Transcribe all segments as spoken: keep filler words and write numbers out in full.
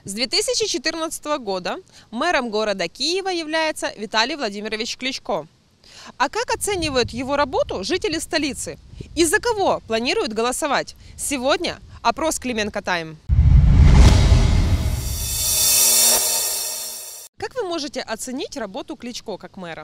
С две тысячи четырнадцатого года мэром города Киева является Виталий Владимирович Кличко. А как оценивают его работу жители столицы? И за кого планируют голосовать? Сегодня опрос Клименко Тайм. Как вы можете оценить работу Кличко как мэра?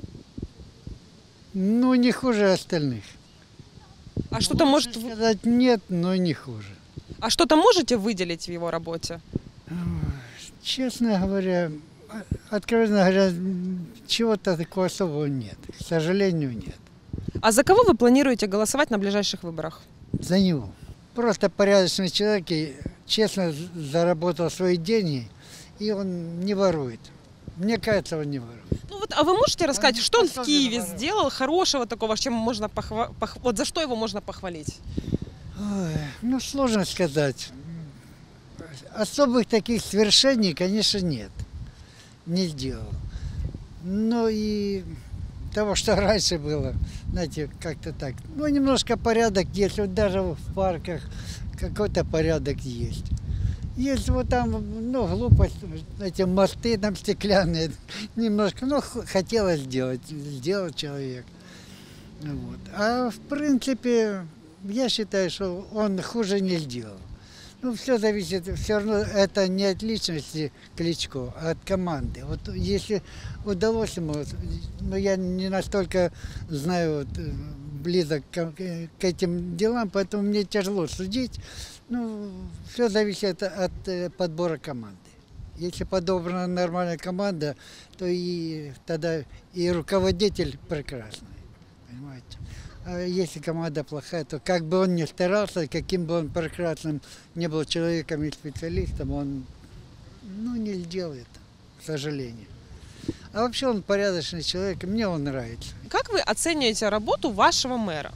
Ну, не хуже остальных. А что-то может... сказать нет, но не хуже. А что-то можете выделить в его работе? Честно говоря, откровенно говоря, чего-то такого особого нет. К сожалению, нет. А за кого вы планируете голосовать на ближайших выборах? За него. Просто порядочный человек и честно заработал свои деньги, и он не ворует. Мне кажется, он не ворует. Ну вот, а вы можете рассказать, Он что он в способен Киеве воровать. сделал хорошего такого, чем можно похва... пох... вот за что его можно похвалить? Ой, ну, сложно сказать. Особых таких свершений, конечно, нет. Не сделал. Но и того, что раньше было, знаете, как-то так. Ну, немножко порядок есть. Вот даже в парках какой-то порядок есть. Есть вот там, ну, глупость, эти мосты там стеклянные, немножко, ну, хотелось сделать, сделал человек. Вот. А в принципе, я считаю, что он хуже не сделал. Ну, все зависит, все равно это не от личности Кличко, а от команды. Вот если удалось ему, ну, я не настолько знаю, вот, близок к, к этим делам, поэтому мне тяжело судить. Ну, все зависит от подбора команды. Если подобрана нормальная команда, то и тогда и руководитель прекрасный, понимаете. А если команда плохая, то как бы он ни старался, каким бы он прекрасным не был человеком и специалистом, он, ну, не сделает, к сожалению. А вообще он порядочный человек, и мне он нравится. Как вы оцениваете работу вашего мэра?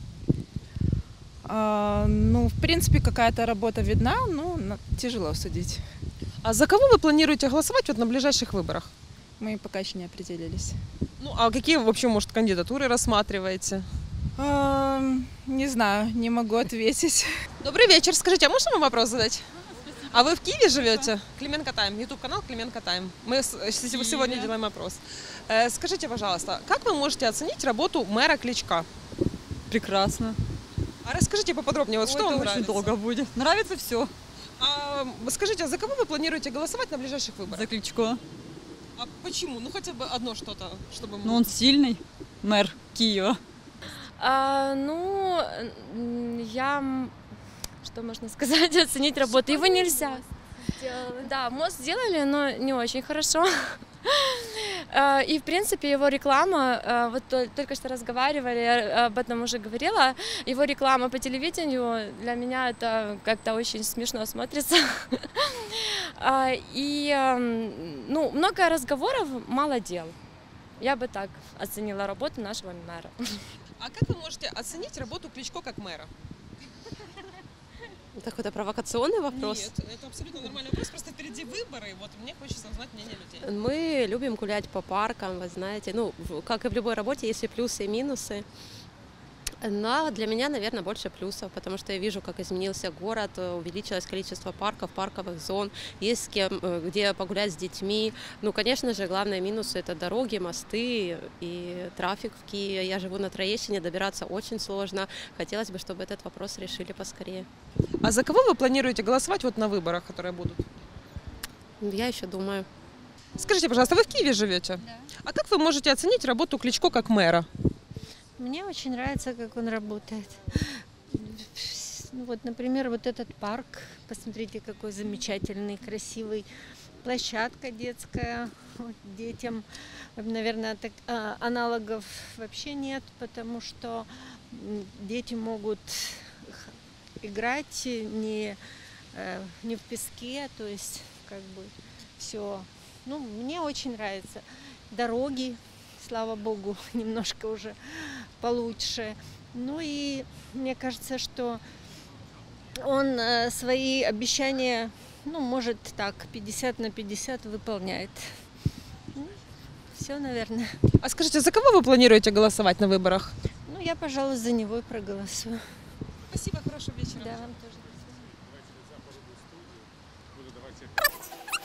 А, ну, в принципе, какая-то работа видна, но тяжело судить. А за кого вы планируете голосовать вот на ближайших выборах? Мы пока еще не определились. Ну, а какие вообще, может, кандидатуры рассматриваете? А, не знаю, не могу ответить. Добрый вечер. Скажите, а можно вам вопрос задать? А вы в Киеве живете? Клименко Тайм, ютуб-канал Клименко Тайм. Мы сегодня делаем опрос. Скажите, пожалуйста, как вы можете оценить работу мэра Кличко? Прекрасно. А расскажите поподробнее, вот Ой, что вам это нравится? очень долго будет. Нравится все. А, скажите, а за кого вы планируете голосовать на ближайших выборах? За Кличко. А почему? Ну хотя бы одно что-то, чтобы... Ну он сильный мэр Киева. А, ну, я, что можно сказать, оценить работу. Его нельзя. Сделали. Да, мост сделали, но не очень хорошо. И, в принципе, его реклама, вот только что разговаривали, я об этом уже говорила, его реклама по телевидению для меня это как-то очень смешно смотрится. И, ну, много разговоров, мало дел. Я бы так оценила работу нашего мэра. А как вы можете оценить работу Кличко как мэра? Это какой-то провокационный вопрос? Нет, это абсолютно нормальный вопрос, просто впереди выборы, вот мне хочется узнать мнение людей. Мы любим гулять по паркам, вы знаете, ну, как и в любой работе, есть и плюсы, и минусы. Но для меня, наверное, больше плюсов, потому что я вижу, как изменился город, увеличилось количество парков, парковых зон, есть с кем, где погулять с детьми. Ну, конечно же, главные минусы – это дороги, мосты и трафик в Киеве. Я живу на Троещине, добираться очень сложно. Хотелось бы, чтобы этот вопрос решили поскорее. А за кого вы планируете голосовать вот на выборах, которые будут? Я еще думаю. Скажите, пожалуйста, вы в Киеве живете? Да. А как вы можете оценить работу Кличко как мэра? Мне очень нравится, как он работает. Ну, вот, например, вот этот парк. Посмотрите, какой замечательный, красивый. Площадка детская. Вот, детям, наверное, так, а, аналогов вообще нет, потому что дети могут играть не, не в песке, то есть как бы все. Ну, мне очень нравится. Дороги, слава богу, немножко уже получше. Ну и мне кажется, что он свои обещания, ну, может так, пятьдесят на пятьдесят выполняет. Ну, все, наверное. А скажите, за кого вы планируете голосовать на выборах? Ну, я, пожалуй, за него и проголосую. Спасибо, хорошего вечера. Да, вам тоже.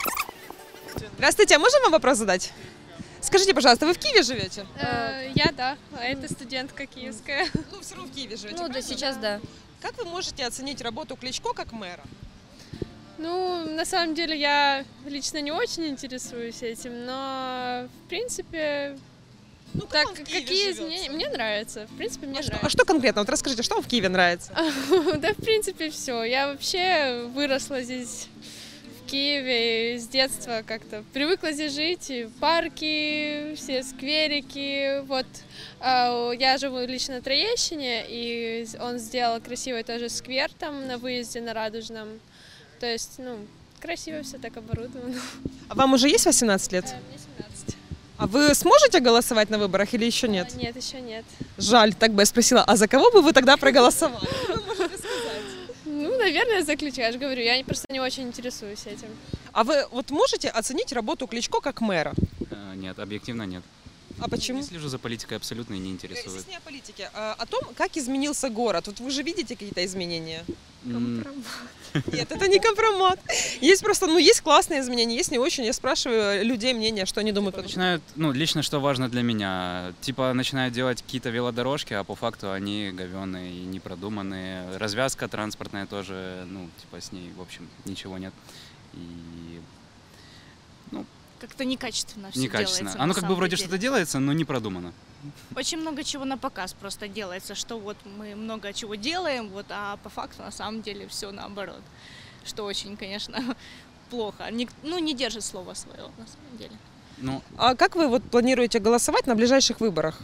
Здравствуйте, а можно вам вопрос задать? Скажите, пожалуйста, вы в Киеве живете? Э, Я да, а это студентка киевская. Ну, все равно в Киеве живете. Ну да, правильно? сейчас да. Как вы можете оценить работу Кличко как мэра? Ну, на самом деле я лично не очень интересуюсь этим, но в принципе, Ну, как так вам в Киеве какие живется? изменения? Мне нравится, в принципе, мне А что, а нравится. что конкретно? Вот расскажите, что вам в Киеве нравится? Да, в принципе, все. Я вообще выросла здесь, в Киеве, и с детства как-то привыкла здесь жить. И парки, все скверики. Вот а, я живу лично на Троещине, и он сделал красивый тоже сквер там на выезде на Радужном. То есть, ну, красиво все так оборудовано. А вам уже есть восемнадцать лет? Э, Мне семнадцать. А вы сможете голосовать на выборах или еще нет? А, Нет, еще нет. Жаль, так бы я спросила, а за кого бы вы тогда проголосовали? Ну, наверное, за Кличко, я же говорю, я просто не очень интересуюсь этим. А вы вот можете оценить работу Кличко как мэра? Э, Нет, объективно нет. А почему? Не слежу за политикой абсолютно и не интересует. Здесь не о политике, а о том, как изменился город. Вот вы же видите какие-то изменения? М, Нет, это не компромат. Есть просто, ну, есть классные изменения, есть не очень. Я спрашиваю людей мнение, что они думают. по этому Начинают, ну, лично что важно для меня, типа начинают делать какие-то велодорожки, а по факту они говёные и непродуманные. Развязка транспортная тоже, ну, типа с ней, в общем, ничего нет. И Как-то некачественно все некачественно. делается. Оно на как бы самом вроде деле. что-то делается, но не продумано. Очень много чего на показ просто делается, что вот мы много чего делаем, вот, а по факту на самом деле все наоборот. Что очень, конечно, плохо. Ник- ну, не держит слово свое на самом деле. Ну, А как вы вот планируете голосовать на ближайших выборах?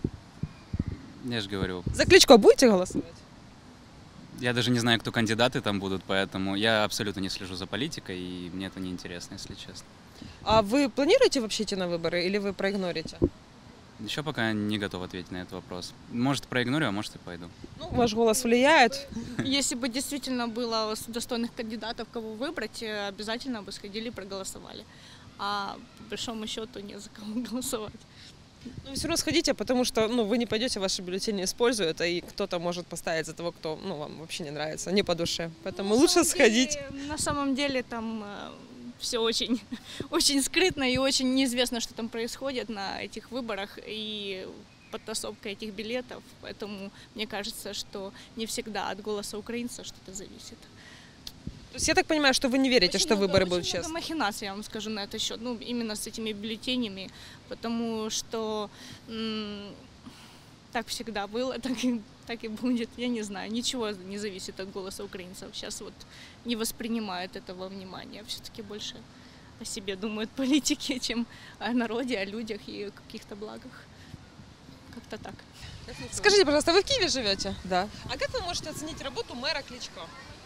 я же говорю, За Кличко будете голосовать? я даже не знаю, кто кандидаты там будут, поэтому я абсолютно не слежу за политикой, и мне это не интересно, если честно. А вы планируете вообще идти на выборы или вы проигнорите? Еще пока не готов ответить на этот вопрос. Может, проигнорю, а может, и пойду. Ну, ваш голос влияет. Если бы действительно было с- достойных кандидатов, кого выбрать, э, обязательно бы сходили и проголосовали. А по большому счету не за кого голосовать. Но вы все равно сходите, потому что, ну, вы не пойдете, ваши бюллетени используют, и кто-то может поставить за того, кто, ну, вам вообще не нравится, не по душе. Поэтому На лучше самом сходить. деле- на самом деле там все очень, очень скрытно и очень неизвестно, что там происходит на этих выборах и подтасовка этих билетов. Поэтому мне кажется, что не всегда от голоса украинца что-то зависит. То есть я так понимаю, что вы не верите, Очень что много- выборы очень будут много честны. махинаций, я вам скажу на этот счет. Ну, именно с этими бюллетенями, потому что м, так всегда было, так и, так и будет. Я не знаю, ничего не зависит от голоса украинцев. Сейчас вот не воспринимают этого внимания. Все-таки больше о себе думают политики, чем о народе, о людях и о каких-то благах. Как-то так. Скажите, пожалуйста, вы в Киеве живете? Да. А как вы можете оценить работу мэра Кличко?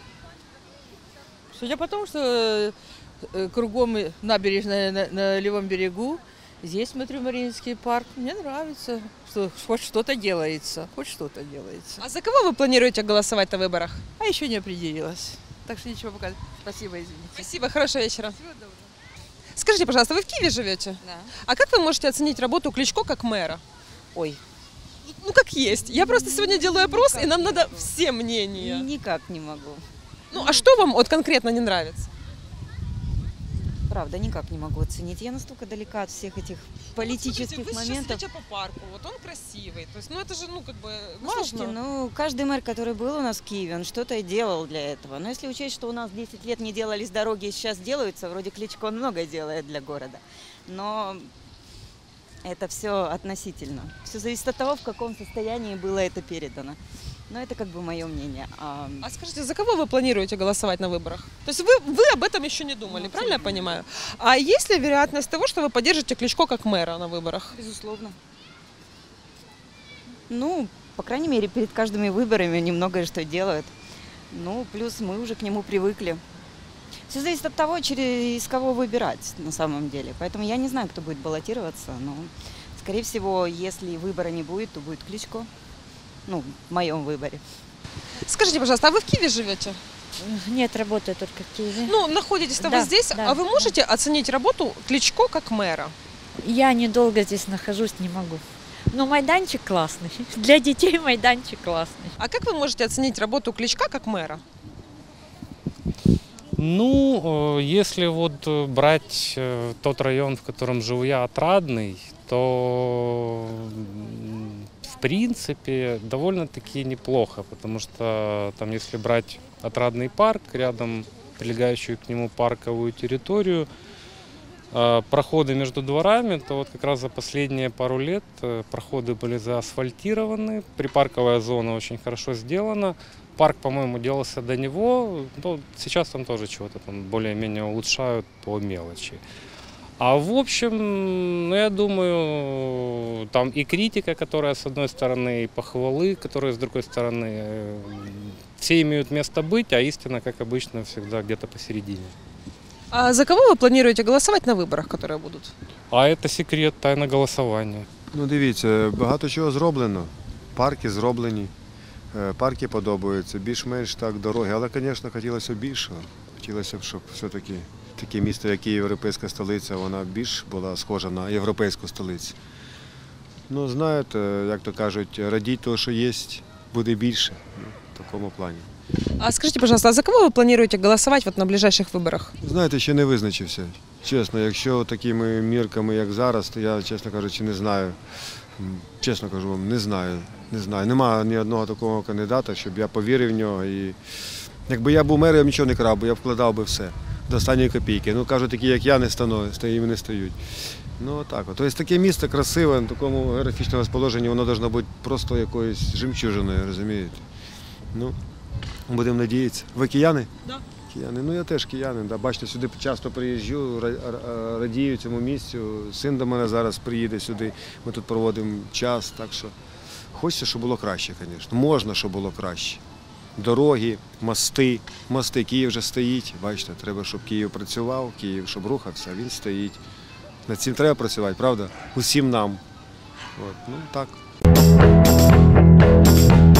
Судя по тому, что э, кругом и набережная на, на левом берегу, здесь, смотрю, Мариинский парк, мне нравится, что хоть что-то делается, хоть что-то делается. А за кого вы планируете голосовать на выборах? А еще не определилась. Так что ничего пока. Спасибо, извините. Спасибо, хорошего вечера. Скажите, пожалуйста, вы в Киеве живете? Да. А как вы можете оценить работу Кличко как мэра? Ой, Ну, как есть. Я просто сегодня делаю опрос, и нам надо все мнения. Никак не могу. Ну, а что вам вот конкретно не нравится? Правда, никак не могу оценить. Я настолько далека от всех этих политических Ну, Смотрите, вы моментов. сейчас идете по парку, вот он красивый. То есть, ну, это же, ну, как бы, Слушайте, важно. ну, каждый мэр, который был у нас в Киеве, он что-то и делал для этого. Но если учесть, что у нас десять лет не делались дороги и сейчас делаются, вроде Кличко он много делает для города. Но это все относительно. Все зависит от того, в каком состоянии было это передано. Но это как бы мое мнение. А А скажите, за кого вы планируете голосовать на выборах? То есть вы, вы об этом еще не думали, Ну, правильно я понимаю? А есть ли вероятность того, что вы поддержите Кличко как мэра на выборах? Безусловно. Ну, по крайней мере, перед каждыми выборами немногое что делают. Ну, плюс мы уже к нему привыкли. Все зависит от того, через кого выбирать на самом деле. Поэтому я не знаю, кто будет баллотироваться, но, скорее всего, если выбора не будет, то будет Кличко. Ну, в моем выборе. Скажите, пожалуйста, а вы в Киеве живете? Нет, работаю только в Киеве. Ну, находитесь-то Да, вы здесь, да, а вы можете оценить работу Кличко как мэра? Я недолго здесь нахожусь, не могу. Но майданчик классный. Для детей майданчик классный. А как вы можете оценить работу Кличка как мэра? Ну, если вот брать тот район, в котором живу я, Отрадный, то в принципе довольно-таки неплохо, потому что там, если брать Отрадный парк, рядом прилегающую к нему парковую территорию, проходы между дворами, то вот как раз за последние пару лет проходы были заасфальтированы, припарковая зона очень хорошо сделана. Парк, по-моему, делался до него, но сейчас там тоже чего-то там более-менее улучшают по мелочи. А в общем, ну, я думаю, там и критика, которая с одной стороны, и похвалы, которые с другой стороны, все имеют место быть, а истина, как обычно, всегда где-то посередине. А за кого вы планируете голосовать на выборах, которые будут? А это секрет, тайна голосування. Ну дивіться, багато чого зроблено, парки зроблені. Парки подобаються, більш-менш так дороги, але, звісно, хотілося б більшого. Хотілося б, щоб все-таки таке місто, як і європейська столиця, вона більш була схожа на європейську столицю. Ну, знаєте, як то кажуть, радіть того, що є, буде більше, ну, в такому плані. А скажите, пожалуйста, а за кого вы планируете голосовать вот на ближайших выборах? Знаєте, ще не визначився. Чесно, якщо такими мірками, як зараз, то я, чесно кажучи, не знаю. Чесно кажу вам, не знаю. Не знаю. Немає ні одного такого кандидата, щоб я повірив в нього. І якби я був мером, я б нічого не крав, бо я вкладав би все до останньої копійки. Ну, кажуть, такі, як я, не стануть, їм не стають. Ну, так от. Тобто таке місто красиве, на такому географічному розположенні, воно має бути просто якоюсь жемчужиною, розумієте? Ну, будемо надіятися. Ви кияни? Да. Кияни. Ну, я теж киянин. Да. Бачите, сюди часто приїжджу, радію цьому місцю. Син до мене зараз приїде сюди, ми тут проводимо час, так що хочеться, щоб було краще, звісно. Можна, щоб було краще. Дороги, мости. Мости. Київ вже стоїть, бачите, треба, щоб Київ працював, Київ, щоб рухався, він стоїть. Над цим треба працювати, правда? Усім нам. От, ну, так.